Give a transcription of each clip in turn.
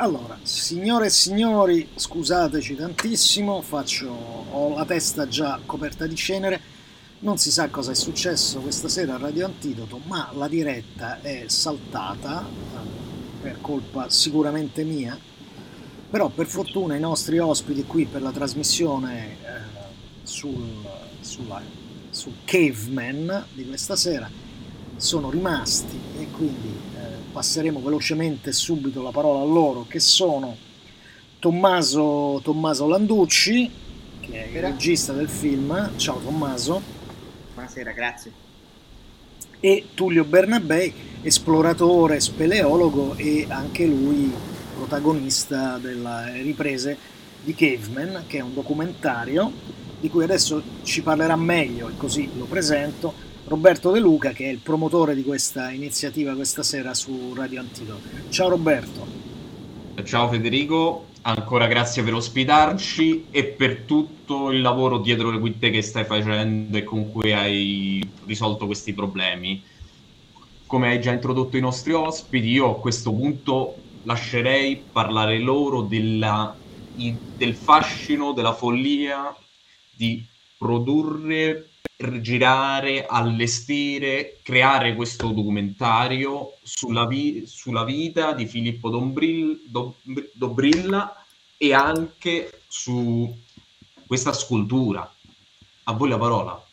Allora, signore e signori, scusateci tantissimo, ho la testa già coperta di cenere, non si sa cosa è successo questa sera a Radio Antidoto, ma la diretta è saltata per colpa sicuramente mia, però per fortuna i nostri ospiti qui per la trasmissione sul, sulla- sul Caveman di questa sera sono rimasti e quindi passeremo velocemente subito la parola a loro, che sono Tommaso Landucci, che è il regista del film. Ciao Tommaso. Buonasera, grazie. E Tullio Bernabei, esploratore, speleologo e anche lui protagonista delle riprese di Caveman, che è un documentario di cui adesso ci parlerà meglio e così lo presento Roberto De Luca, che è il promotore di questa iniziativa questa sera su Radio Antidoto. Ciao Roberto. Ciao Federico, ancora grazie per ospitarci e per tutto il lavoro dietro le quinte che stai facendo e con cui hai risolto questi problemi. Come hai già introdotto i nostri ospiti, io a questo punto lascerei parlare loro del fascino, della follia di produrre, girare, allestire, creare questo documentario sulla vita di Filippo Dobrilla e anche su questa scultura. A voi la parola.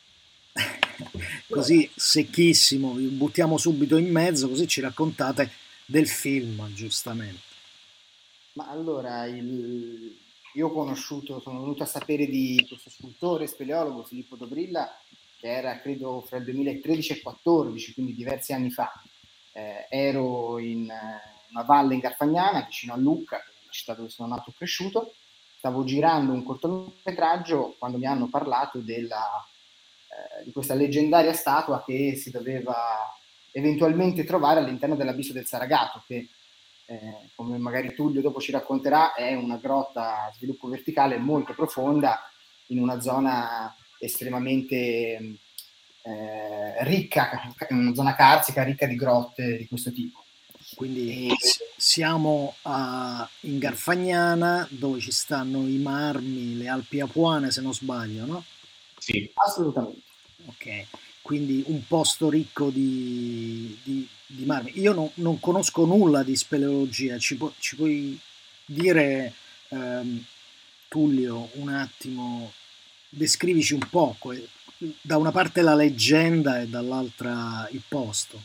Così secchissimo, vi buttiamo subito in mezzo, così ci raccontate del film, giustamente. Ma allora, io ho conosciuto, sono venuto a sapere di questo scultore speleologo Filippo Dobrilla, che era credo fra il 2013 e il 2014, quindi diversi anni fa. Ero in una valle in Garfagnana, vicino a Lucca, la città dove sono nato e cresciuto. Stavo girando un cortometraggio quando mi hanno parlato di questa leggendaria statua che si doveva eventualmente trovare all'interno dell'abisso del Saragato, che come magari Tullio dopo ci racconterà è una grotta a sviluppo verticale molto profonda in una zona estremamente ricca, una zona carsica ricca di grotte di questo tipo. Quindi siamo in Garfagnana, dove ci stanno i marmi, le Alpi Apuane, se non sbaglio, no? Sì, assolutamente. Ok, quindi un posto ricco di marmi. Io non conosco nulla di speleologia, ci puoi dire, Tullio, un attimo, descrivici un po', da una parte la leggenda e dall'altra il posto.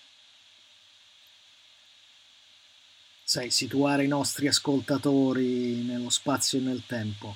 Sai, situare i nostri ascoltatori nello spazio e nel tempo.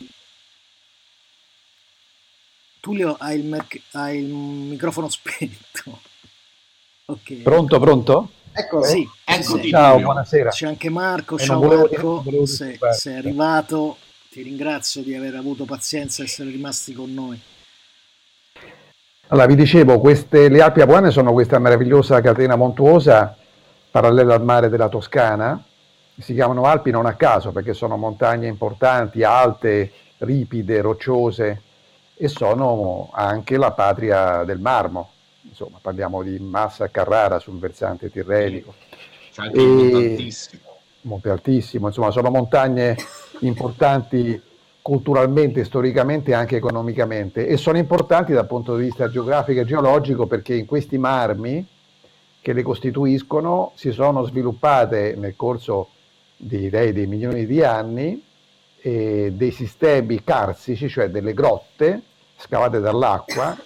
Tullio ha il microfono spento. Ok. Pronto? Ecco, sì, ciao, Tullio. buonasera. C'è anche Marco, ciao Marco, sei arrivato, ti ringrazio di aver avuto pazienza e essere rimasti con noi. Allora, vi dicevo, le Alpi Apuane sono questa meravigliosa catena montuosa parallela al mare della Toscana. Si chiamano Alpi non a caso perché sono montagne importanti, alte, ripide, rocciose e sono anche la patria del marmo. Insomma, parliamo di Massa Carrara sul versante tirrenico. C'è anche il Monte Altissimo. Monte Altissimo, insomma, sono montagne importanti culturalmente, storicamente e anche economicamente, e sono importanti dal punto di vista geografico e geologico perché in questi marmi che le costituiscono si sono sviluppate nel corso dei milioni di anni dei sistemi carsici, cioè delle grotte scavate dall'acqua,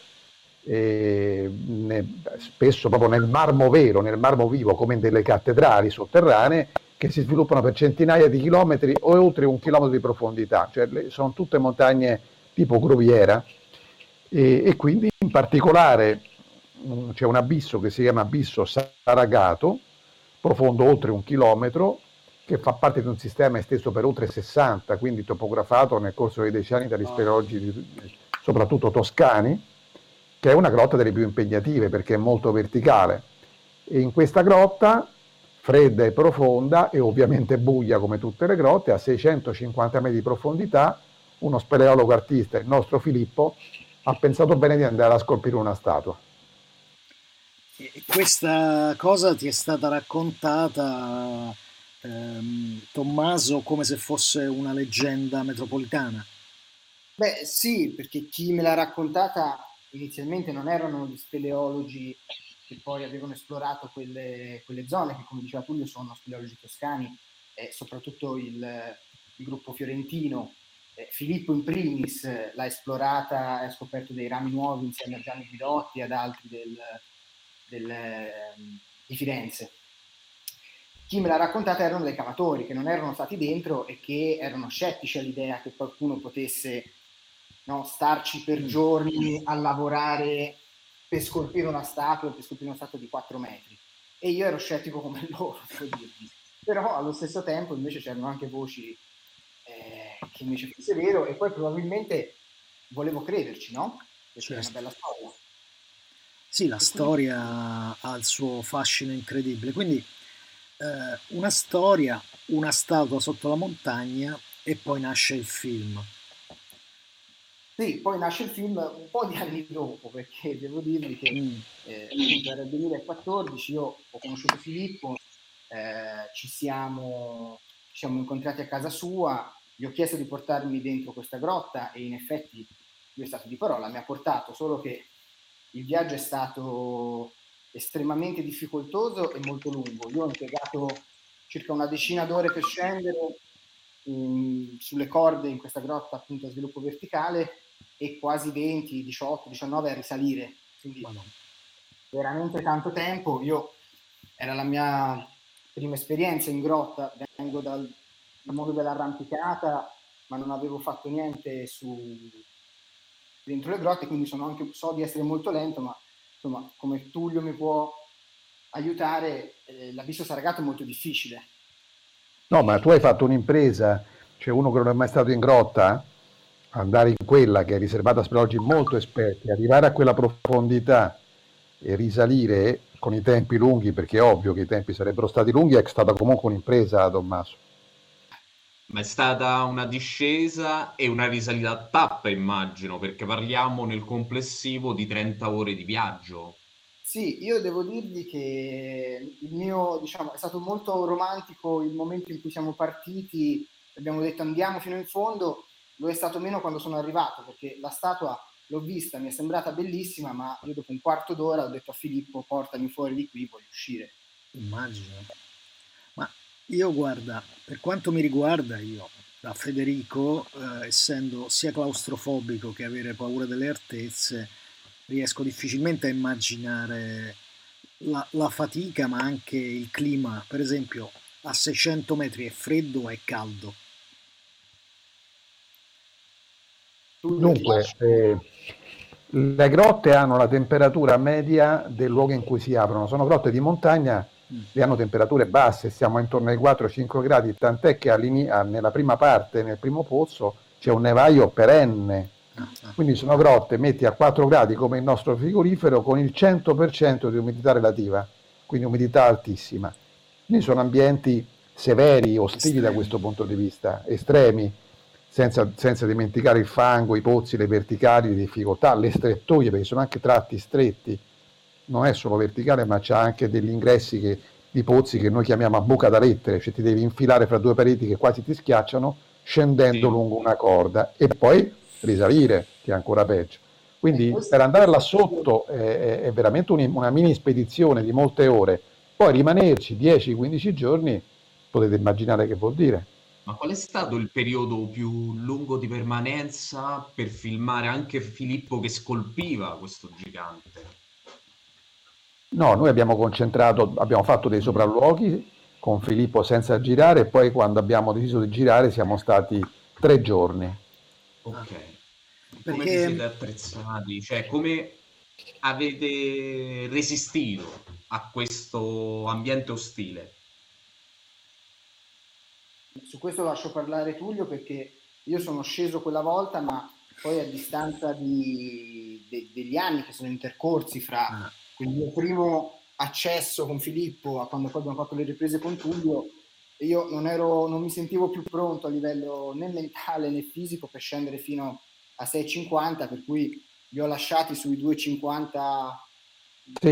spesso proprio nel marmo vero, nel marmo vivo, come in delle cattedrali sotterranee, che si sviluppano per centinaia di chilometri o oltre 1 chilometro di profondità, cioè sono tutte montagne tipo groviera e quindi in particolare c'è un abisso che si chiama abisso Saragato, profondo oltre 1 chilometro, che fa parte di un sistema esteso per oltre 60, quindi topografato nel corso dei decenni dagli speleologi soprattutto toscani, che è una grotta delle più impegnative perché è molto verticale. E in questa grotta, fredda e profonda e ovviamente buia come tutte le grotte, a 650 metri di profondità, uno speleologo artista, il nostro Filippo, ha pensato bene di andare a scolpire una statua. E questa cosa ti è stata raccontata Tommaso come se fosse una leggenda metropolitana. Beh, sì, perché chi me l'ha raccontata inizialmente non erano gli speleologi che poi avevano esplorato quelle zone, che come diceva Tullio sono speleologi toscani, e soprattutto il gruppo fiorentino. Filippo in primis l'ha esplorata e ha scoperto dei rami nuovi insieme a Gianni Guidotti e ad altri di Firenze. Chi me l'ha raccontata erano dei cavatori che non erano stati dentro e che erano scettici all'idea che qualcuno potesse, no, starci per giorni a lavorare per scolpire una statua di 4 metri. E io ero scettico come loro, devo dirvi. Però allo stesso tempo invece c'erano anche voci che invece fosse vero, e poi probabilmente volevo crederci, no? Perché è una bella storia. Sì, la storia ha il suo fascino incredibile. Quindi una storia, una statua sotto la montagna e poi nasce il film. Sì, poi nasce il film un po' di anni dopo, perché devo dirvi che era il 2014, io ho conosciuto Filippo, ci siamo incontrati a casa sua, gli ho chiesto di portarmi dentro questa grotta e in effetti lui è stato di parola, mi ha portato, solo che il viaggio è stato estremamente difficoltoso e molto lungo. Io ho impiegato circa una decina d'ore per scendere sulle corde in questa grotta appunto a sviluppo verticale e quasi 20, 18, 19 a risalire, quindi veramente tanto tempo. Era la mia prima esperienza in grotta, vengo dal mondo dell'arrampicata, ma non avevo fatto niente dentro le grotte, quindi so di essere molto lento, ma insomma, come Tullio mi può aiutare, l'abisso Saragato è molto difficile. No, ma tu hai fatto un'impresa, cioè uno che non è mai stato in grotta, andare in quella che è riservata a speleologi molto esperti, arrivare a quella profondità e risalire con i tempi lunghi, perché è ovvio che i tempi sarebbero stati lunghi, è stata comunque un'impresa, Tommaso. Ma è stata una discesa e una risalita a tappa, immagino, perché parliamo nel complessivo di 30 ore di viaggio. Sì, io devo dirvi che il mio, diciamo, è stato molto romantico il momento in cui siamo partiti, abbiamo detto andiamo fino in fondo, lo è stato meno quando sono arrivato, perché la statua l'ho vista, mi è sembrata bellissima, ma io dopo un quarto d'ora ho detto a Filippo portami fuori di qui, voglio uscire. Immagino. Ma io guarda, per quanto mi riguarda, io da Federico, essendo sia claustrofobico che avere paura delle altezze, riesco difficilmente a immaginare la fatica, ma anche il clima. Per esempio, a 600 metri è freddo o è caldo? Dunque, le grotte hanno la temperatura media del luogo in cui si aprono, sono grotte di montagna, le hanno temperature basse, siamo intorno ai 4-5 gradi, tant'è che nella prima parte, nel primo pozzo, c'è un nevaio perenne, quindi sono grotte metti a 4 gradi come il nostro frigorifero con il 100% di umidità relativa, quindi umidità altissima. Quindi sono ambienti severi, ostili da questo punto di vista, estremi. Senza dimenticare il fango, i pozzi, le verticali, le difficoltà, le strettoie, perché sono anche tratti stretti, non è solo verticale, ma c'è anche degli ingressi di pozzi che noi chiamiamo a buca da lettere, cioè ti devi infilare fra due pareti che quasi ti schiacciano, scendendo lungo una corda e poi risalire, che è ancora peggio. Quindi per andare là sotto è veramente una mini spedizione di molte ore, poi rimanerci 10-15 giorni, potete immaginare che vuol dire. Ma qual è stato il periodo più lungo di permanenza per filmare anche Filippo che scolpiva questo gigante? No, noi abbiamo fatto dei sopralluoghi con Filippo senza girare e poi quando abbiamo deciso di girare siamo stati 3 giorni. Ok. Come vi siete attrezzati? Cioè, come avete resistito a questo ambiente ostile? Su questo lascio parlare Tullio perché io sono sceso quella volta, ma poi a distanza degli anni che sono intercorsi fra il mio primo accesso con Filippo a quando poi abbiamo fatto le riprese con Tullio, io non mi sentivo più pronto a livello né mentale né fisico per scendere fino a 6,50, per cui li ho lasciati sui 2,50. Sì,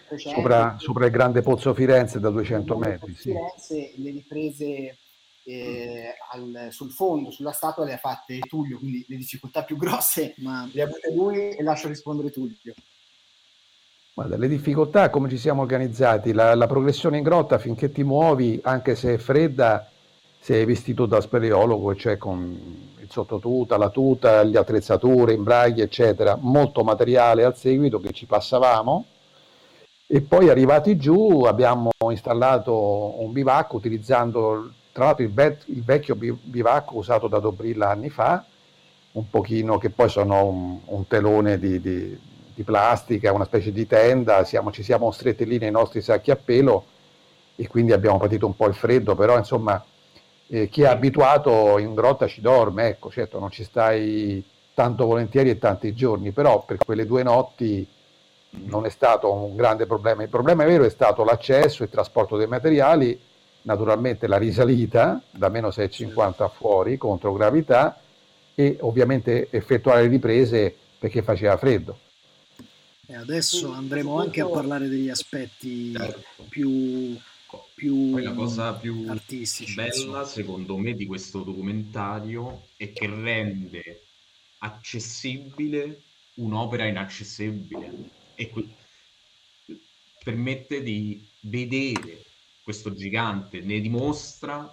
sopra il grande Pozzo Firenze da 200 metri. Sì. Firenze, le riprese sul fondo, sulla statua le ha fatte Tullio, quindi le difficoltà più grosse le ha avute lui e lascio rispondere Tullio. Guarda, le difficoltà, come ci siamo organizzati, la progressione in grotta finché ti muovi, anche se è fredda, sei vestito da speleologo, cioè con il sottotuta, la tuta, le attrezzature, imbraghi, eccetera, molto materiale al seguito che ci passavamo. E poi arrivati giù abbiamo installato un bivacco utilizzando tra l'altro il vecchio bivacco usato da Dobrilla anni fa, un pochino, che poi sono un telone di plastica, una specie di tenda, ci siamo stretti lì nei nostri sacchi a pelo e quindi abbiamo patito un po' il freddo, però insomma chi è abituato in grotta ci dorme, ecco, certo non ci stai tanto volentieri e tanti giorni, però per quelle 2 notti non è stato un grande problema. Il problema vero è stato l'accesso, il trasporto dei materiali, naturalmente la risalita da meno 6,50 fuori contro gravità e ovviamente effettuare le riprese perché faceva freddo. E adesso andremo anche a parlare degli aspetti più poi la cosa più artistici, bella insomma, secondo me di questo documentario è che rende accessibile un'opera inaccessibile e permette di vedere questo gigante, ne dimostra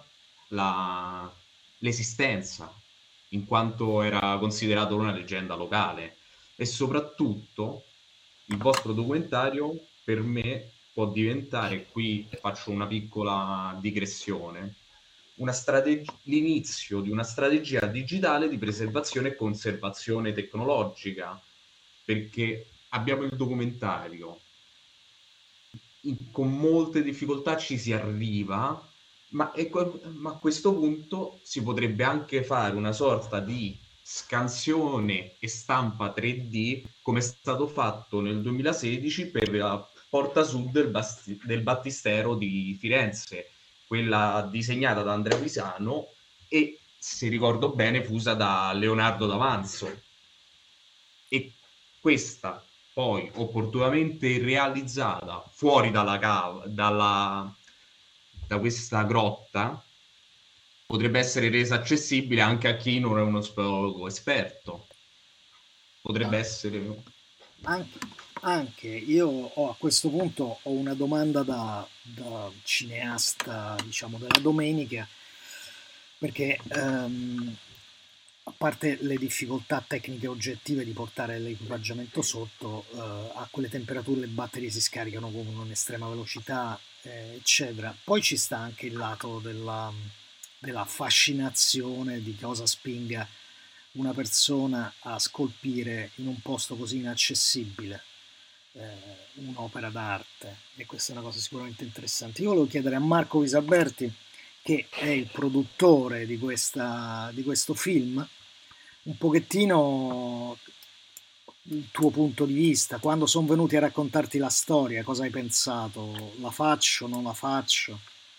l'esistenza in quanto era considerato una leggenda locale e soprattutto il vostro documentario per me può diventare, qui faccio una piccola digressione, l'inizio di una strategia digitale di preservazione e conservazione tecnologica, perché abbiamo il documentario, con molte difficoltà ci si arriva, ma a questo punto si potrebbe anche fare una sorta di scansione e stampa 3D come è stato fatto nel 2016 per la porta sud del Battistero di Firenze, quella disegnata da Andrea Pisano e, se ricordo bene, fusa da Leonardo D'Avanzo. E questa poi opportunamente realizzata fuori dalla cava, da questa grotta, potrebbe essere resa accessibile anche a chi non è uno speleologo esperto. Potrebbe essere... Anche io a questo punto ho una domanda da cineasta, diciamo, della domenica, perché a parte le difficoltà tecniche oggettive di portare l'equipaggiamento sotto, a quelle temperature le batterie si scaricano con un'estrema velocità, eccetera. Poi ci sta anche il lato della fascinazione di cosa spinga una persona a scolpire in un posto così inaccessibile un'opera d'arte, e questa è una cosa sicuramente interessante. Io volevo chiedere a Marco Visaberti, che è il produttore di questo film, un pochettino il tuo punto di vista, quando sono venuti a raccontarti la storia, cosa hai pensato? La faccio, non la faccio?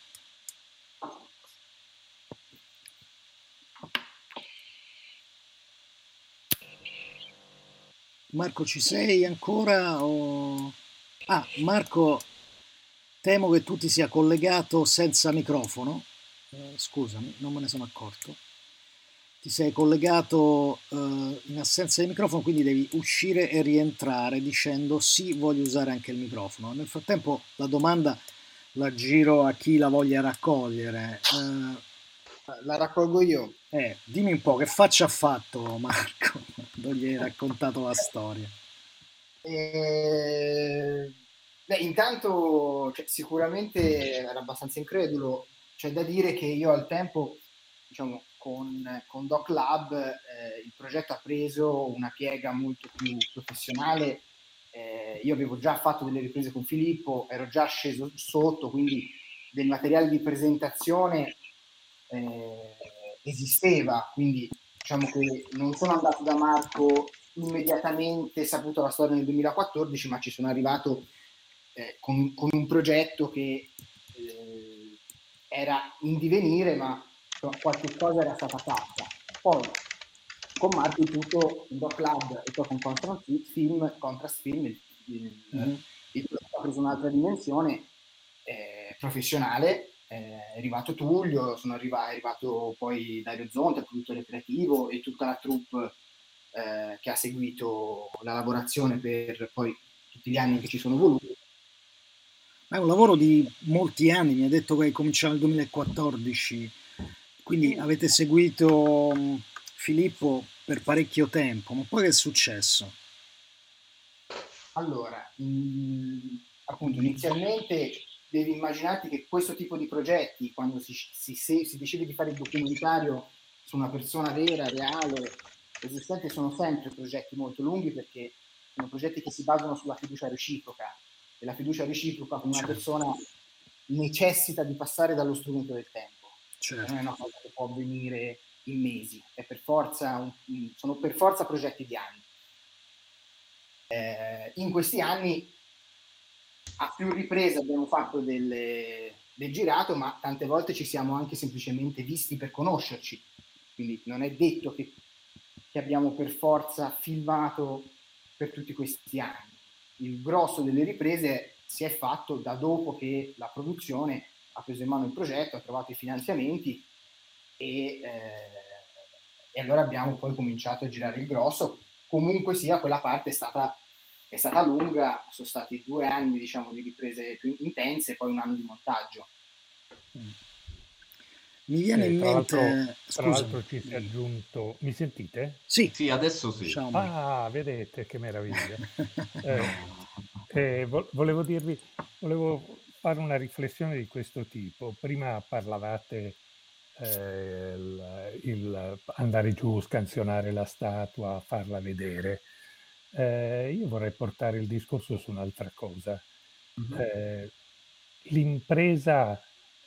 Marco, ci sei ancora? Ah, Marco, temo che tu ti sia collegato senza microfono. Scusami, non me ne sono accorto. Ti sei collegato in assenza di microfono, quindi devi uscire e rientrare dicendo sì, voglio usare anche il microfono. Nel frattempo la domanda la giro a chi la voglia raccogliere. La raccolgo io. Dimmi un po' che faccia ha fatto Marco quando gli hai raccontato la storia. Intanto sicuramente era abbastanza incredulo. C'è da dire che io al tempo, diciamo, con Doc Lab il progetto ha preso una piega molto più professionale. Io avevo già fatto delle riprese con Filippo, ero già sceso sotto, quindi del materiale di presentazione esisteva, quindi diciamo che non sono andato da Marco immediatamente saputo la storia nel 2014, ma ci sono arrivato con un progetto che era in divenire, ma insomma, qualche cosa era stata fatta. Poi con Marco il Doc Lab e poi con Contrast Film il preso un'altra dimensione professionale. È arrivato Tullio, è arrivato poi Dario Zonta, il produttore creativo, e tutta la troupe che ha seguito la lavorazione per poi tutti gli anni che ci sono voluti. È un lavoro di molti anni, mi ha detto che hai cominciato nel 2014, quindi avete seguito Filippo per parecchio tempo, ma poi che è successo? Allora, appunto, inizialmente devi immaginarti che questo tipo di progetti, quando si decide di fare il documentario su una persona vera, reale, esistente, sono sempre progetti molto lunghi, perché sono progetti che si basano sulla fiducia reciproca, e la fiducia reciproca con una persona necessita di passare dallo strumento del tempo. Certo. Non è una cosa che può avvenire in mesi, è per forza sono per forza progetti di anni. In questi anni a più riprese abbiamo fatto del girato, ma tante volte ci siamo anche semplicemente visti per conoscerci, quindi non è detto che abbiamo per forza filmato per tutti questi anni. Il grosso delle riprese si è fatto da dopo che la produzione ha preso in mano il progetto, ha trovato i finanziamenti e allora abbiamo poi cominciato a girare il grosso. Comunque sia, quella parte è stata lunga, sono stati 2 anni, diciamo, di riprese più intense e poi 1 anno di montaggio. Mi viene in mente... Tra l'altro ci si è aggiunto... Mi sentite? Sì. Sì, adesso sì. Ah, vedete che meraviglia. Volevo fare una riflessione di questo tipo. Prima parlavate il andare giù, scansionare la statua, farla vedere. Io vorrei portare il discorso su un'altra cosa. L'impresa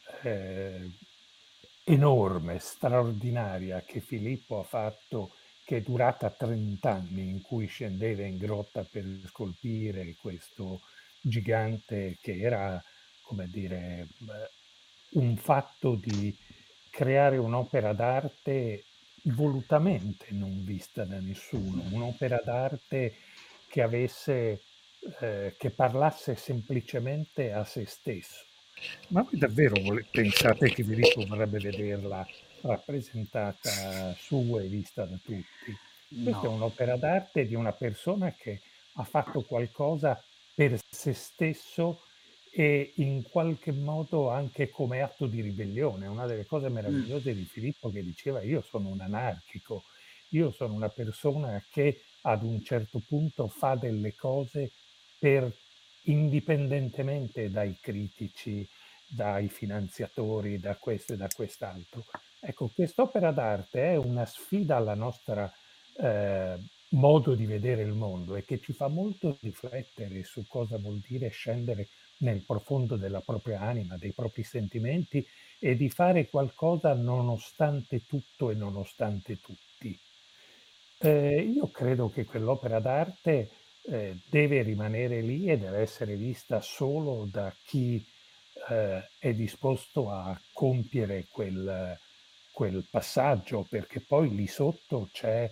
enorme, straordinaria che Filippo ha fatto, che è durata 30 anni, in cui scendeva in grotta per scolpire questo gigante che era, come dire, un fatto di creare un'opera d'arte volutamente non vista da nessuno, un'opera d'arte che avesse, che parlasse semplicemente a se stesso. Ma voi davvero pensate che Filippo vorrebbe vederla rappresentata su e vista da tutti? Questa è un'opera d'arte di una persona che ha fatto qualcosa per se stesso e in qualche modo anche come atto di ribellione. Una delle cose meravigliose di Filippo, che diceva: io sono un anarchico, io sono una persona che ad un certo punto fa delle cose indipendentemente dai critici, dai finanziatori, da questo e da quest'altro. Ecco, quest'opera d'arte è una sfida alla nostra modo di vedere il mondo, e che ci fa molto riflettere su cosa vuol dire scendere nel profondo della propria anima, dei propri sentimenti, e di fare qualcosa nonostante tutto e nonostante tutti. Io credo che quell'opera d'arte deve rimanere lì e deve essere vista solo da chi è disposto a compiere quel passaggio, perché poi lì sotto c'è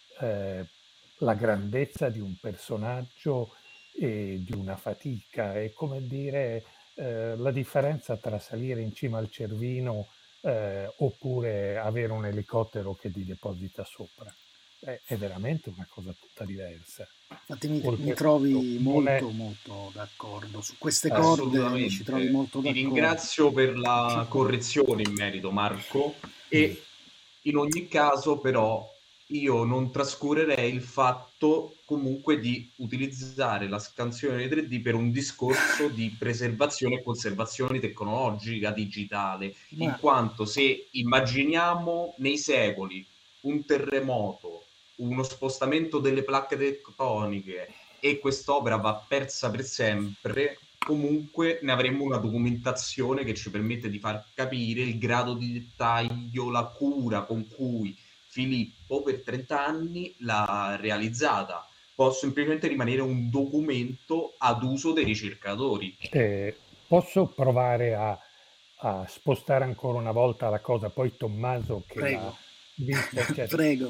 la grandezza di un personaggio e di una fatica. È come dire la differenza tra salire in cima al Cervino oppure avere un elicottero che ti deposita sopra. È veramente una cosa tutta diversa. Infatti mi trovi molto d'accordo su queste corde, ci trovi molto d'accordo. Ti ringrazio per la correzione in merito, Marco, e in ogni caso però io non trascurerei il fatto comunque di utilizzare la scansione 3D per un discorso di preservazione e conservazione tecnologica digitale, in quanto se immaginiamo nei secoli un terremoto, uno spostamento delle placche tettoniche e quest'opera va persa per sempre, comunque ne avremmo una documentazione che ci permette di far capire il grado di dettaglio, la cura con cui Filippo per 30 anni l'ha realizzata. Può semplicemente rimanere un documento ad uso dei ricercatori. Posso provare a spostare ancora una volta la cosa, poi Tommaso che l'ha vista... Prego.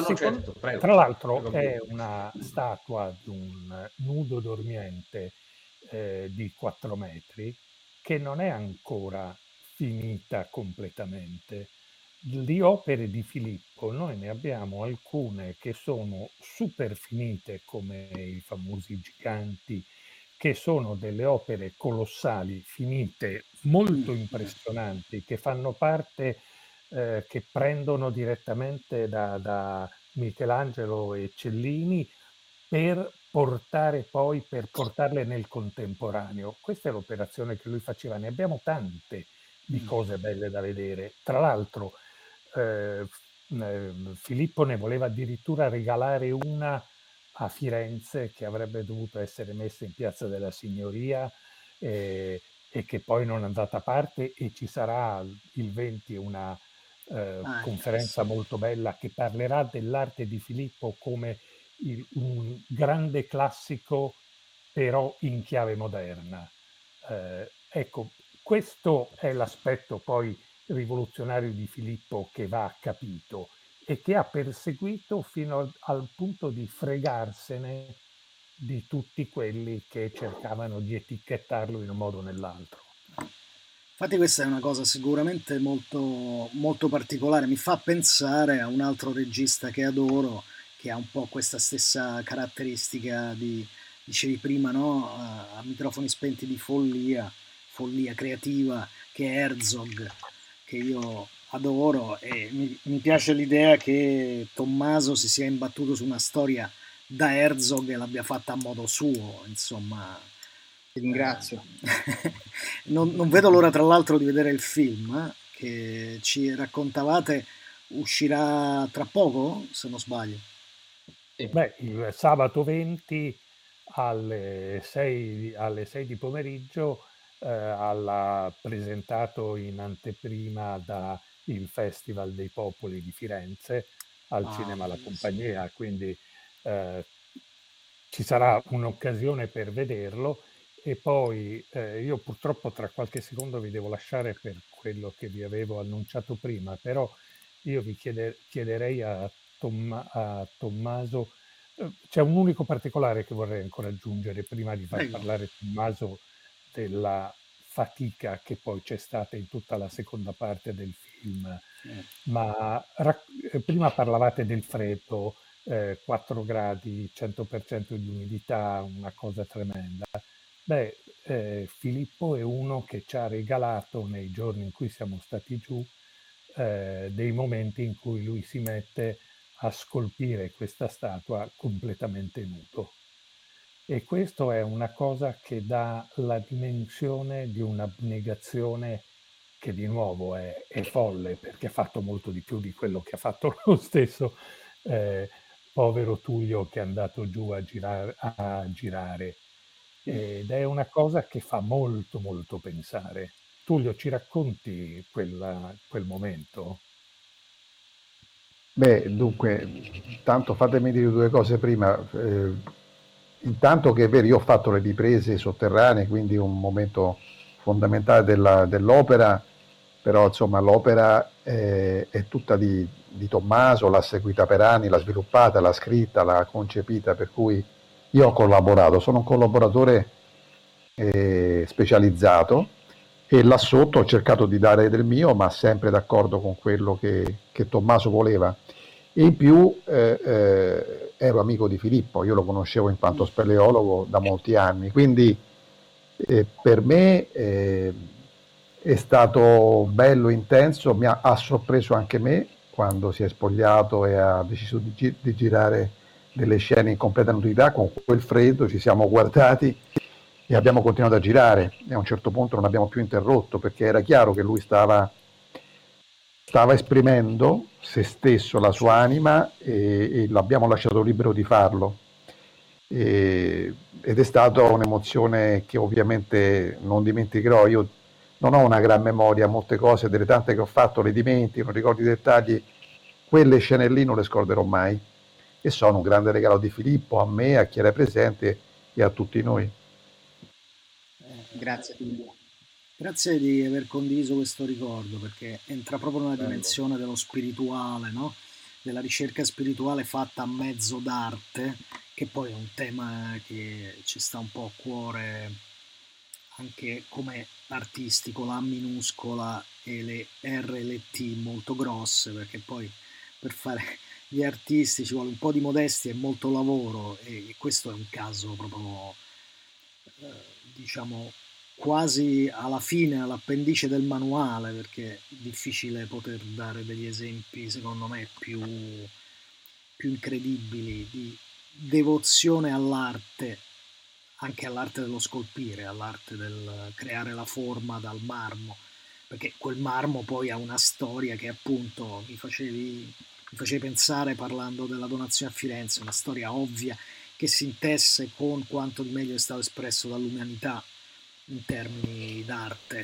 Tra l'altro è una statua di un nudo dormiente di 4 metri, che non è ancora finita completamente. Di opere di Filippo noi ne abbiamo alcune che sono super finite, come i famosi Giganti, che sono delle opere colossali, finite, molto impressionanti, che fanno parte, che prendono direttamente da Michelangelo e Cellini per portarle nel contemporaneo. Questa è l'operazione che lui faceva. Ne abbiamo tante di cose belle da vedere. Tra l'altro, Filippo ne voleva addirittura regalare una a Firenze, che avrebbe dovuto essere messa in Piazza della Signoria, e che poi non è andata a parte, e ci sarà il 20 una conferenza molto bella che parlerà dell'arte di Filippo come un grande classico, però in chiave moderna. Ecco, questo è l'aspetto poi rivoluzionario di Filippo, che va capito e che ha perseguito fino al punto di fregarsene di tutti quelli che cercavano di etichettarlo in un modo o nell'altro. Infatti questa è una cosa sicuramente molto, molto particolare, mi fa pensare a un altro regista che adoro, che ha un po' questa stessa caratteristica dicevi prima, no? A microfoni spenti di follia creativa, che è Herzog, che io adoro, e mi piace l'idea che Tommaso si sia imbattuto su una storia da Herzog e l'abbia fatta a modo suo, insomma. Ti ringrazio. Non vedo l'ora tra l'altro di vedere il film che ci raccontavate, uscirà tra poco, se non sbaglio. Beh, il sabato 20 alle 6 di pomeriggio alla presentato in anteprima da il Festival dei Popoli di Firenze al Cinema La Compagnia, quindi ci sarà un'occasione per vederlo. E poi io purtroppo tra qualche secondo vi devo lasciare per quello che vi avevo annunciato prima, però io vi chiederei a Tommaso, c'è un unico particolare che vorrei ancora aggiungere prima di far parlare Tommaso della fatica che poi c'è stata in tutta la seconda parte del film. Ma prima parlavate del freddo, 4 gradi, 100% di umidità, una cosa tremenda. Beh, Filippo è uno che ci ha regalato, nei giorni in cui siamo stati giù, dei momenti in cui lui si mette a scolpire questa statua completamente nudo. E questo è una cosa che dà la dimensione di un'abnegazione che di nuovo è folle, perché ha fatto molto di più di quello che ha fatto lo stesso povero Tullio, che è andato giù a girare. Ed è una cosa che fa molto molto pensare. Tullio, ci racconti quel momento? Beh, dunque, tanto fatemi dire due cose prima. Intanto che è vero, io ho fatto le riprese sotterranee, quindi un momento fondamentale dell'opera, però insomma l'opera è tutta di Tommaso, l'ha seguita per anni, l'ha sviluppata, l'ha scritta, l'ha concepita, per cui io ho collaborato, sono un collaboratore specializzato, e là sotto ho cercato di dare del mio, ma sempre d'accordo con quello che Tommaso voleva. E in più ero amico di Filippo, io lo conoscevo in quanto speleologo da molti anni, quindi per me è stato bello, intenso, ha sorpreso anche me quando si è spogliato e ha deciso di girare delle scene in completa nudità. Con quel freddo ci siamo guardati e abbiamo continuato a girare, e a un certo punto non abbiamo più interrotto, perché era chiaro che lui stava esprimendo se stesso, la sua anima, e l'abbiamo lasciato libero di farlo. Ed è stata un'emozione che ovviamente non dimenticherò. Io non ho una gran memoria, molte cose, delle tante che ho fatto le dimentico, non ricordo i dettagli. Quelle scene lì non le scorderò mai, e sono un grande regalo di Filippo a me, a chi era presente e a tutti noi. Grazie Filippo. Grazie di aver condiviso questo ricordo, perché entra proprio nella dimensione dello spirituale, no? Della ricerca spirituale fatta a mezzo d'arte, che poi è un tema che ci sta un po' a cuore anche come artistico, la A minuscola e le R e le T molto grosse, perché poi per fare gli artisti ci vuole un po' di modestia e molto lavoro, e questo è un caso proprio, diciamo, quasi alla fine, all'appendice del manuale, perché è difficile poter dare degli esempi, secondo me, più incredibili di devozione all'arte, anche all'arte dello scolpire, all'arte del creare la forma dal marmo, perché quel marmo poi ha una storia che appunto mi facevi pensare parlando della donazione a Firenze, una storia ovvia che si intesse con quanto di meglio è stato espresso dall'umanità in termini d'arte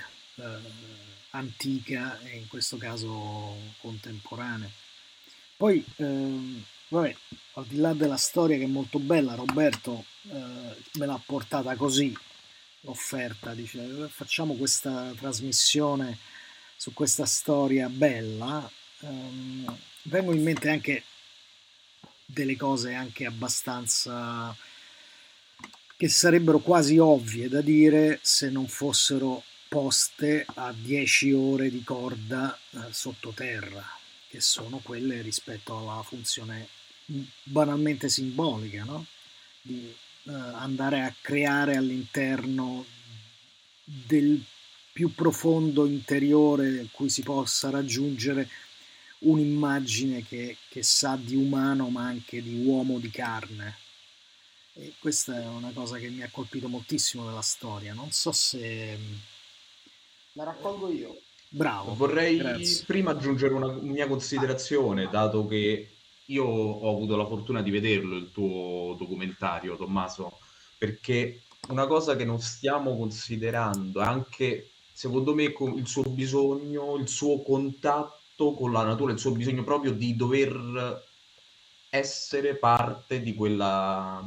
antica e in questo caso contemporanea. Poi, vabbè, al di là della storia che è molto bella, Roberto me l'ha portata così, l'offerta, dice facciamo questa trasmissione su questa storia bella. Vengono in mente anche delle cose anche abbastanza che sarebbero quasi ovvie da dire se non fossero poste a 10 ore di corda sottoterra, che sono quelle rispetto alla funzione banalmente simbolica, no? Di andare a creare all'interno del più profondo interiore cui si possa raggiungere un'immagine che sa di umano ma anche di uomo di carne. E questa è una cosa che mi ha colpito moltissimo della storia. Non so se... La raccolgo io. Bravo. Vorrei grazie. prima aggiungere una mia considerazione, dato che io ho avuto la fortuna di vederlo, il tuo documentario, Tommaso, perché una cosa che non stiamo considerando è anche, secondo me, il suo bisogno, il suo contatto con la natura, il suo bisogno proprio di dover essere parte di quella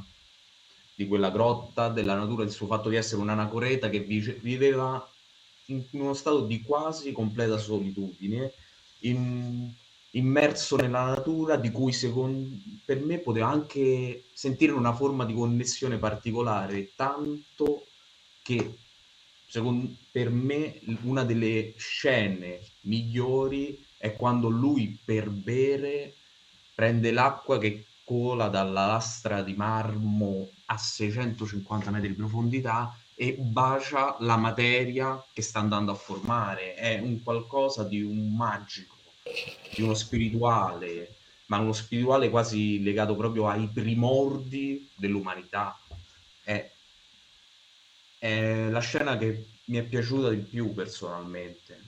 grotta, della natura, il suo fatto di essere un'anacoreta che viveva in uno stato di quasi completa solitudine, immerso nella natura, di cui per me poteva anche sentire una forma di connessione particolare, tanto che per me una delle scene migliori è quando lui per bere prende l'acqua che cola dalla lastra di marmo a 650 metri di profondità e bacia la materia che sta andando a formare. È un qualcosa di un magico, di uno spirituale, ma uno spirituale quasi legato proprio ai primordi dell'umanità. È la scena che mi è piaciuta di più personalmente.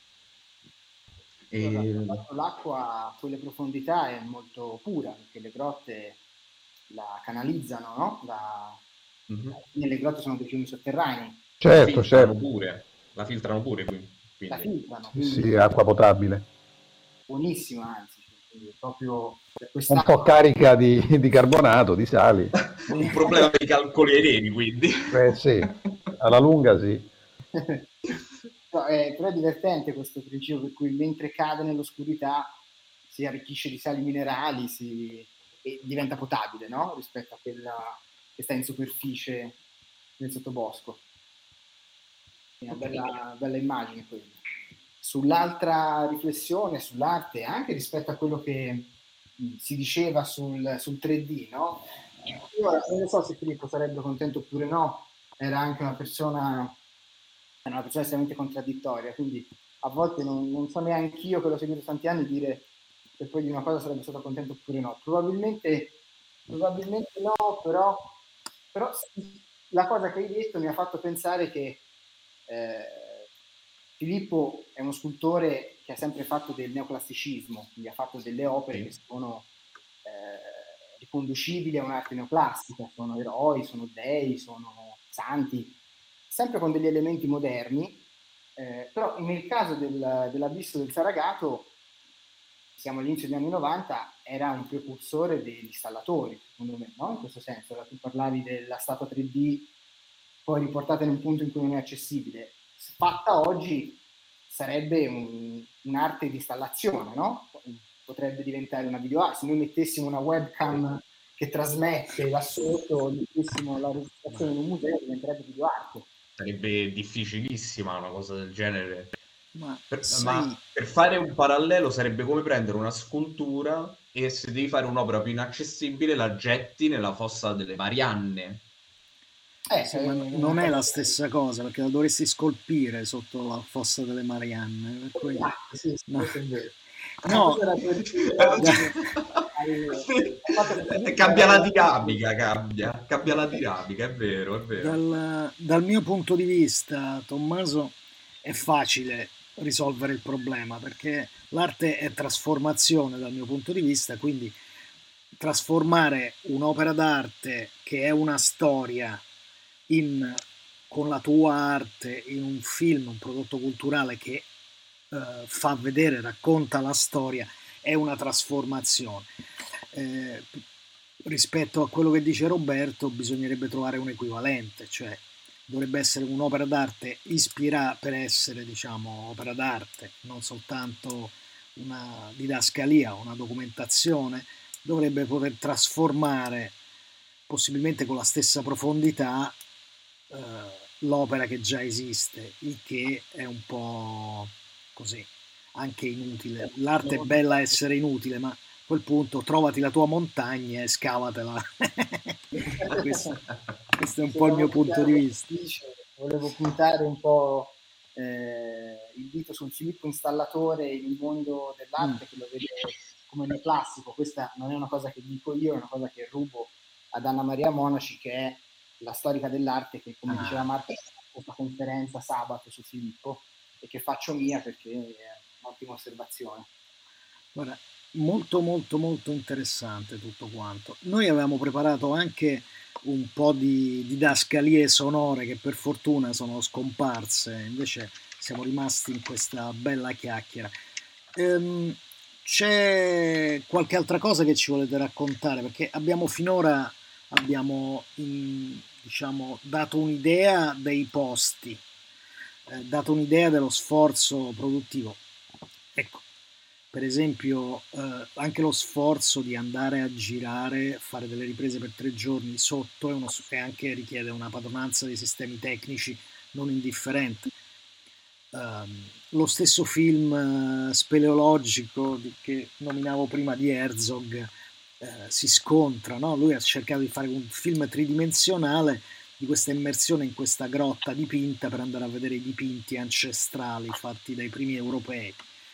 L'acqua a quelle profondità è molto pura, perché le grotte la canalizzano, no? Nelle grotte sono dei fiumi sotterranei. Certo, La filtrano pure, quindi. La filtrano. Sì, acqua potabile. Buonissima, anzi. Proprio un po' carica di carbonato, di sali. Un problema per i calcoli aerei, quindi. Sì, alla lunga sì. No, però è divertente questo principio per cui mentre cade nell'oscurità si arricchisce di sali minerali e diventa potabile, no? Rispetto a quella che sta in superficie nel sottobosco. È una bella immagine quella. Sull'altra riflessione, sull'arte, anche rispetto a quello che si diceva sul 3D, no? Io non so se Filippo sarebbe contento oppure no, era anche una persona estremamente contraddittoria, quindi a volte non so neanche io che l'ho seguito tanti anni dire che poi di una cosa sarebbe stato contento oppure no. Probabilmente no, però la cosa che hai detto mi ha fatto pensare che Filippo è uno scultore che ha sempre fatto del neoclassicismo, quindi ha fatto delle opere che sono riconducibili a un'arte neoclassica, sono eroi, sono dei, sono santi, sempre con degli elementi moderni, però nel caso dell'Abisso del Saragato, siamo all'inizio degli anni 90, era un precursore degli installatori, secondo me, no? In questo senso, tu parlavi della statua 3D, poi riportata in un punto in cui non è accessibile. Fatta oggi sarebbe un'arte di installazione, no? Potrebbe diventare una video art. Se noi mettessimo una webcam che trasmette là sotto, mettessimo la registrazione in un museo, diventerebbe video arte. sarebbe difficilissima una cosa del genere. Ma Ma per fare un parallelo sarebbe come prendere una scultura e se devi fare un'opera più inaccessibile la getti nella fossa delle Marianne. sì, ma non è la stessa cosa, perché la dovresti scolpire sotto la fossa delle Marianne. Per cui... sì, no. questo è vero. No. Cambia la dinamica, cambia la dinamica, è vero, è vero. Dal mio punto di vista, Tommaso, è facile risolvere il problema, perché l'arte è trasformazione dal mio punto di vista, quindi trasformare un'opera d'arte che è una storia con la tua arte in un film, un prodotto culturale che fa vedere, racconta la storia, è una trasformazione. Rispetto a quello che dice Roberto, bisognerebbe trovare un equivalente, cioè dovrebbe essere un'opera d'arte ispirata per essere, diciamo, opera d'arte, non soltanto una didascalia, una documentazione, dovrebbe poter trasformare, possibilmente con la stessa profondità, l'opera che già esiste, il che è un po' così, anche inutile. L'arte è bella essere inutile, ma a quel punto trovati la tua montagna e scavatela. questo è un po' il mio punto di vista. Volevo puntare un po' il dito sul Filippo installatore in un mondo dell'arte che lo vede come neoclassico. Questa non è una cosa che dico io, è una cosa che rubo ad Anna Maria Monaci, che è la storica dell'arte, che come diceva Marco ha questa conferenza sabato su Filippo e che faccio mia perché è un'ottima osservazione. Guarda, molto molto molto interessante tutto quanto. Noi avevamo preparato anche un po' di didascalie sonore che per fortuna sono scomparse, invece siamo rimasti in questa bella chiacchiera. C'è qualche altra cosa che ci volete raccontare? Perché finora abbiamo diciamo, dato un'idea dei posti, dato un'idea dello sforzo produttivo. Ecco, per esempio anche lo sforzo di andare a girare, fare delle riprese per 3 giorni sotto e anche richiede una padronanza dei sistemi tecnici non indifferente. Lo stesso film speleologico che nominavo prima di Herzog si scontra, no? Lui ha cercato di fare un film tridimensionale di questa immersione in questa grotta dipinta per andare a vedere i dipinti ancestrali fatti dai primi europei,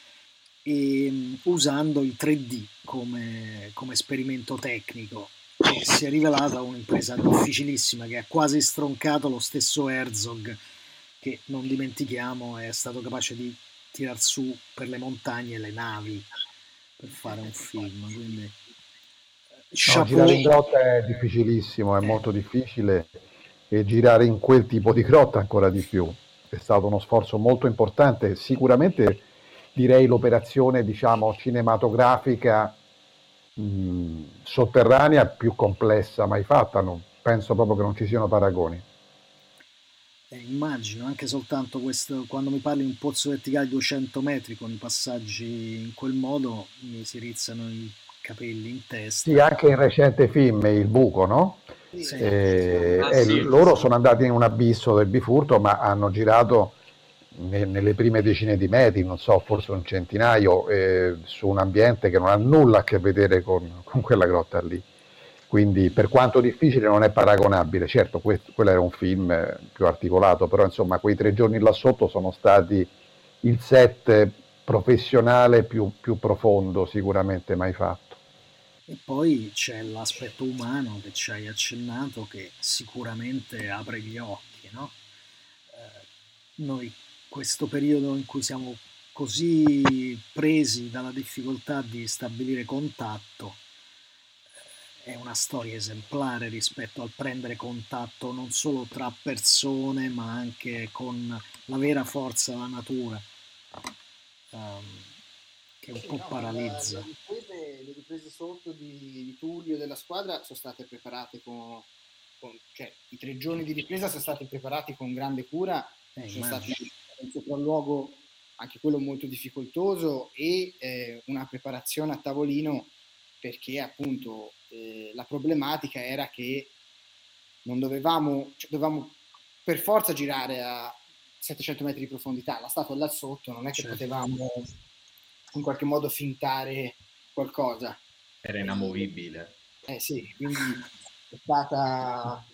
e usando il 3D come esperimento tecnico, che si è rivelata un'impresa difficilissima, che ha quasi stroncato lo stesso Herzog, che non dimentichiamo è stato capace di tirar su per le montagne le navi per fare un film. Quindi girare in grotta è difficilissimo, è molto difficile, e girare in quel tipo di grotta ancora di più. È stato uno sforzo molto importante, sicuramente direi l'operazione, diciamo, cinematografica sotterranea più complessa mai fatta, penso proprio che non ci siano paragoni. Immagino, anche soltanto questo, quando mi parli di un pozzo verticale di 200 metri con i passaggi in quel modo, mi si rizzano i capelli in testa. Sì, anche in recente film, Il buco, no? Sì. Loro sono andati in un abisso del bifurto, ma hanno girato nelle prime decine di metri, non so, forse un centinaio, su un ambiente che non ha nulla a che vedere con quella grotta lì. Quindi per quanto difficile non è paragonabile. Certo, quello era un film più articolato, però insomma quei 3 giorni là sotto sono stati il set professionale più profondo sicuramente mai fatto. E poi c'è l'aspetto umano che ci hai accennato, che sicuramente apre gli occhi, no? Noi questo periodo in cui siamo così presi dalla difficoltà di stabilire contatto è una storia esemplare rispetto al prendere contatto non solo tra persone ma anche con la vera forza della natura, che un po' paralizza. Le riprese sotto di Tullio e della squadra sono state preparate cioè i 3 giorni di ripresa sono stati preparati con grande cura, sono stati un sopralluogo anche quello molto difficoltoso e una preparazione a tavolino, perché appunto la problematica era che non dovevamo per forza girare a 700 metri di profondità, la statua là sotto, non è che potevamo in qualche modo fintare qualcosa. Era inamovibile. Sì, quindi è stata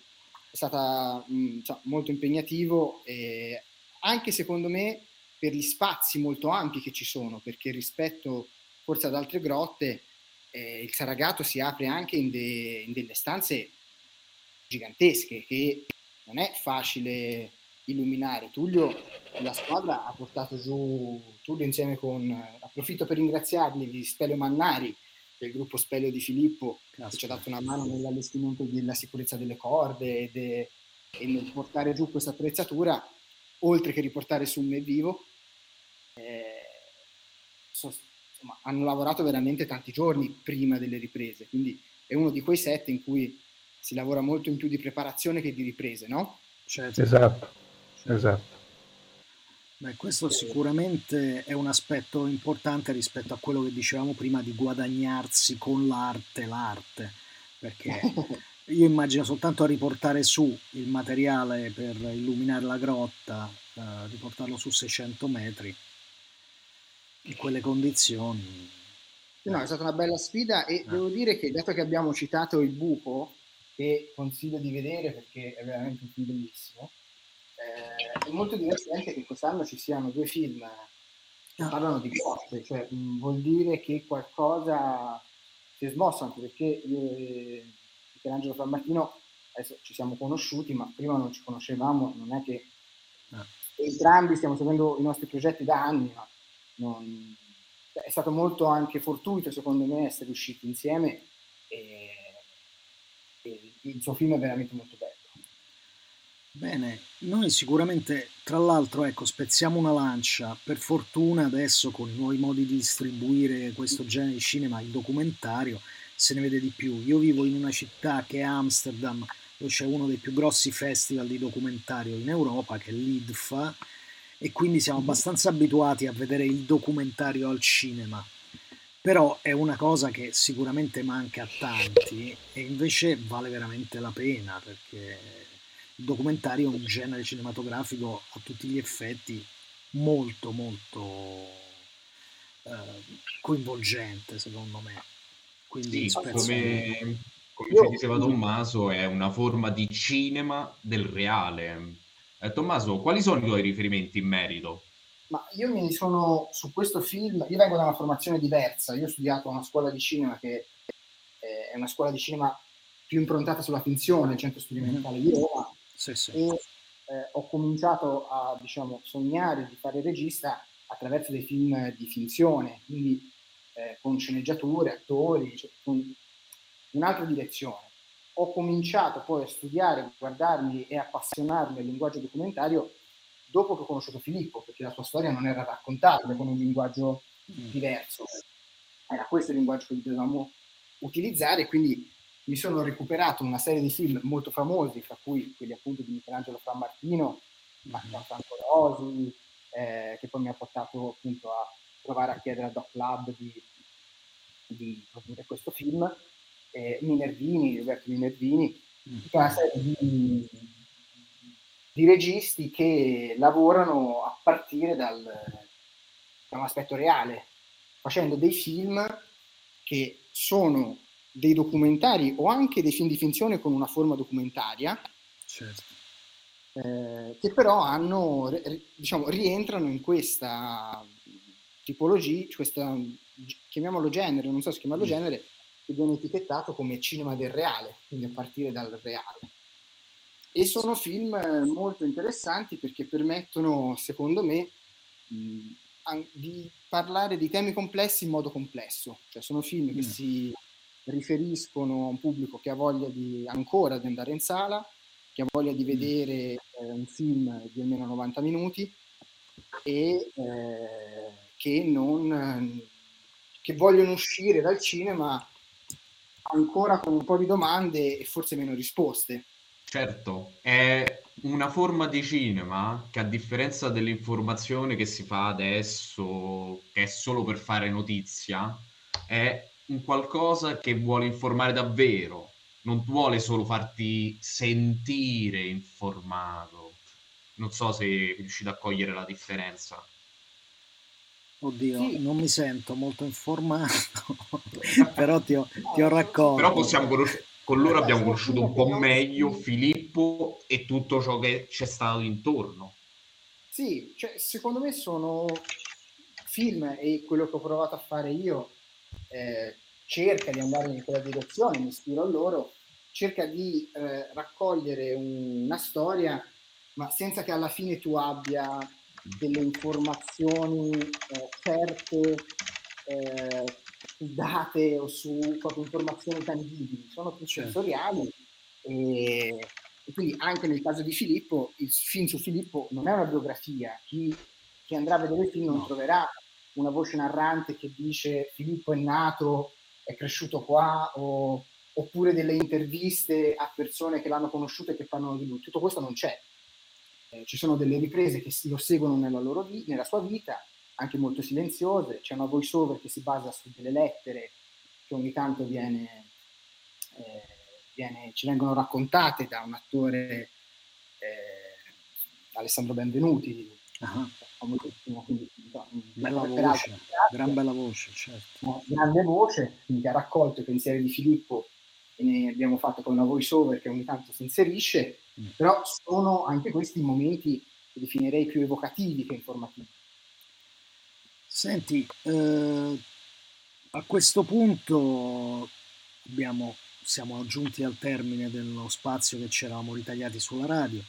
molto impegnativo, anche secondo me per gli spazi molto ampi che ci sono, perché rispetto forse ad altre grotte il Saragato si apre anche in delle stanze gigantesche che non è facile illuminare. Tullio, la squadra ha portato giù, Tullio insieme con, approfitto per ringraziarli, di Speleo Mannari, del gruppo Speleo di Filippo, che ci ha dato una mano nell'allestimento della sicurezza delle corde e nel portare giù questa attrezzatura, oltre che riportare su un vivo. Insomma, hanno lavorato veramente tanti giorni prima delle riprese, quindi è uno di quei set in cui si lavora molto in più di preparazione che di riprese, no? Certo. Esatto. Beh, questo sicuramente è un aspetto importante rispetto a quello che dicevamo prima di guadagnarsi con l'arte, perché io immagino soltanto a riportare su il materiale per illuminare la grotta, riportarlo su 600 metri, in quelle condizioni. No, è stata una bella sfida e devo dire che, dato che abbiamo citato Il Buco, che consiglio di vedere perché è veramente un film bellissimo, è molto divertente che quest'anno ci siano due film che parlano di grotte, cioè vuol dire che qualcosa si è smosso, anche perché io e Michelangelo Frammartino adesso ci siamo conosciuti, ma prima non ci conoscevamo, non è che entrambi stiamo seguendo i nostri progetti da anni, ma è stato molto anche fortuito secondo me essere usciti insieme e il suo film è veramente molto bello. Bene, noi sicuramente, tra l'altro, ecco, spezziamo una lancia, per fortuna adesso con i nuovi modi di distribuire questo genere di cinema, il documentario, se ne vede di più. Io vivo in una città che è Amsterdam, dove c'è uno dei più grossi festival di documentario in Europa, che è l'IDFA, e quindi siamo abbastanza abituati a vedere il documentario al cinema. Però è una cosa che sicuramente manca a tanti e invece vale veramente la pena, perché il documentario è un genere cinematografico a tutti gli effetti molto molto coinvolgente, secondo me. Quindi sì, come ci diceva Tommaso, è una forma di cinema del reale. Tommaso, quali sono i tuoi riferimenti in merito? Ma io mi sono su questo film, io vengo da una formazione diversa, io ho studiato a una scuola di cinema che è una scuola di cinema più improntata sulla finzione, il Centro Sperimentale di Roma, e ho cominciato a, diciamo, sognare di fare regista attraverso dei film di finzione, quindi con sceneggiature, attori, cioè, con un'altra direzione. Ho cominciato poi a studiare, guardarmi e appassionarmi al linguaggio documentario dopo che ho conosciuto Filippo, perché la sua storia non era raccontabile con un linguaggio diverso, era questo il linguaggio che dovevamo utilizzare, quindi mi sono recuperato una serie di film molto famosi, fra cui quelli appunto di Michelangelo Frammartino, Gianfranco Rosi, che poi mi ha portato appunto a provare a chiedere a Doc Lab di produrre questo film, Roberto Minervini, tutta una serie di registi che lavorano a partire da un aspetto reale, facendo dei film che sono dei documentari o anche dei film di finzione con una forma documentaria, certo. Che però hanno, diciamo, rientrano in questa tipologia, questa, chiamiamolo genere, non so se chiamarlo genere, che viene etichettato come cinema del reale, quindi a partire dal reale. E sono film molto interessanti perché permettono, secondo me, di parlare di temi complessi in modo complesso. Cioè sono film che si riferiscono a un pubblico che ha voglia ancora di andare in sala, che ha voglia di vedere un film di almeno 90 minuti e che vogliono uscire dal cinema ancora con un po' di domande e forse meno risposte. Certo, è una forma di cinema che, a differenza dell'informazione che si fa adesso, che è solo per fare notizia, è un qualcosa che vuole informare davvero, non vuole solo farti sentire informato. Non so se riuscite a cogliere la differenza. Oddio, Sì. non mi sento molto informato, però ti ho raccolto. Però con loro abbiamo sono conosciuto un film po' che meglio non- Filippo e tutto ciò che c'è stato intorno. Sì, cioè, secondo me sono film, e quello che ho provato a fare io cerca di andare in quella direzione, mi ispiro a loro, cerca di raccogliere una storia, ma senza che alla fine tu abbia delle informazioni certe, date o su proprio informazioni tangibili, sono più Certo. sensoriali e quindi anche nel caso di Filippo, il film su Filippo non è una biografia. Chi andrà a vedere il film non No. troverà una voce narrante che dice Filippo è nato, è cresciuto qua, oppure delle interviste a persone che l'hanno conosciuto e che parlano di lui. Tutto questo non c'è. Ci sono delle riprese che lo seguono nella sua vita, anche molto silenziose. C'è una voice over che si basa su delle lettere che ogni tanto ci vengono raccontate da un attore, Alessandro Benvenuti, famosissimo, quindi, bella voce, gran bella voce, certo. Grande voce, quindi che ha raccolto i pensieri di Filippo e ne abbiamo fatto poi una voice over che ogni tanto si inserisce, però sono anche questi momenti che definirei più evocativi che informativi. Senti, a questo punto siamo giunti al termine dello spazio che ci eravamo ritagliati sulla radio.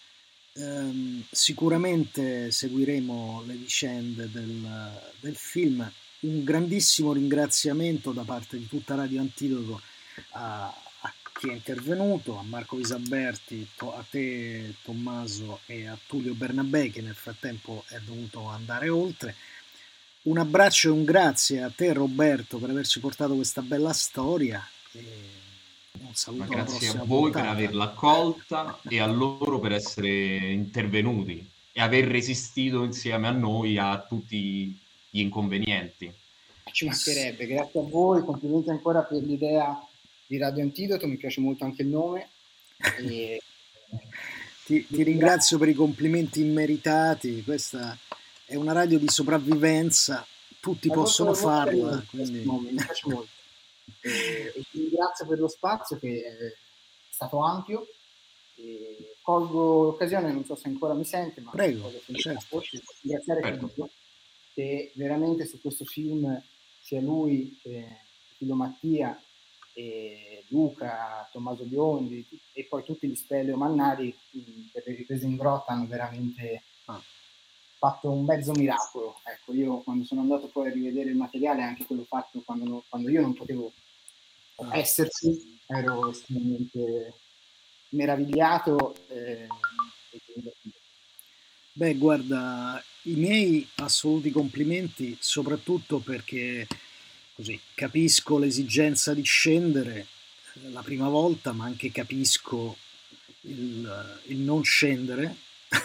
Sicuramente seguiremo le vicende del film. Un grandissimo ringraziamento da parte di tutta Radio Antidoto a chi è intervenuto, a Marco Visaberti, a te Tommaso e a Tullio Bernabé che nel frattempo è dovuto andare oltre. Un abbraccio e un grazie a te Roberto per averci portato questa bella storia e un saluto. Ma grazie a voi per averla accolta e a loro per essere intervenuti e aver resistito insieme a noi a tutti gli inconvenienti. Ci mancherebbe, grazie a voi, complimenti ancora per l'idea di Radio Antidoto, mi piace molto anche il nome. E... ti ringrazio per i complimenti immeritati, questa è una radio di sopravvivenza, tutti possono farla. Quindi... mi piace molto. E ti ringrazio per lo spazio che è stato ampio. E colgo l'occasione, non so se ancora mi sente, ma prego, certo. Ringraziare Filippo, che veramente su questo film sia lui che Filippo Mattia e Luca, Tommaso Biondi e poi tutti gli Speleo Mannari per le riprese in grotta hanno veramente fatto un mezzo miracolo. Ecco, io quando sono andato poi a rivedere il materiale, anche quello fatto quando io non potevo esserci, ero estremamente meravigliato. Beh, guarda, i miei assoluti complimenti, soprattutto perché così capisco l'esigenza di scendere la prima volta, ma anche capisco il non scendere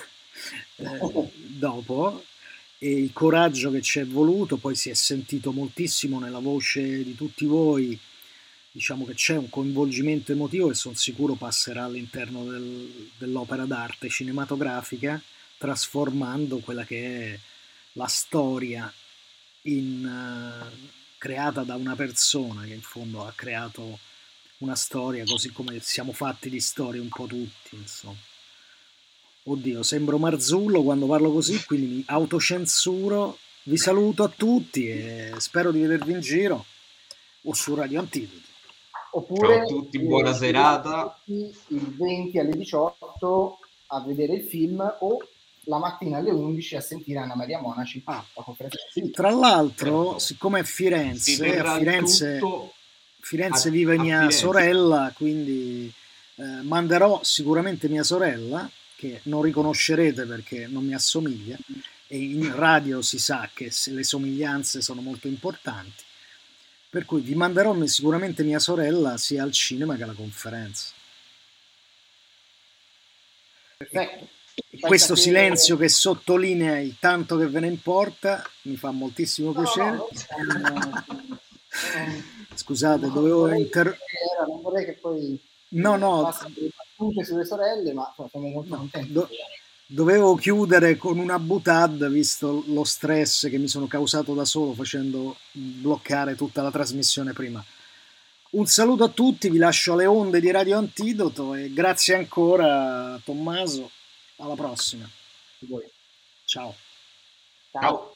dopo, e il coraggio che ci è voluto. Poi si è sentito moltissimo nella voce di tutti voi, diciamo che c'è un coinvolgimento emotivo che sono sicuro passerà all'interno dell'opera d'arte cinematografica, trasformando quella che è la storia creata da una persona che in fondo ha creato una storia, così come siamo fatti di storie un po' tutti, insomma. Oddio, sembro Marzullo quando parlo così, quindi mi autocensuro. Vi saluto a tutti e spero di vedervi in giro o su Radio Antidoto. Oppure ciao a tutti, buona serata. Il 20 alle 18 a vedere il film o la mattina alle 11 a sentire Anna Maria Monaci. Tra l'altro, siccome è Firenze, a Firenze vive mia sorella, quindi manderò sicuramente mia sorella, che non riconoscerete perché non mi assomiglia, e in radio si sa che le somiglianze sono molto importanti, per cui vi manderò sicuramente mia sorella sia al cinema che alla conferenza. Perfetto. Questo silenzio che sottolinea il tanto che ve ne importa mi fa moltissimo piacere. Scusate, dovevo non vorrei che poi no battute sulle sorelle, ma siamo molto contenti. dovevo chiudere con una boutade, visto lo stress che mi sono causato da solo facendo bloccare tutta la trasmissione prima. Un saluto a tutti, vi lascio alle onde di Radio Antidoto e grazie ancora Tommaso, alla prossima. Voi. Ciao. Ciao.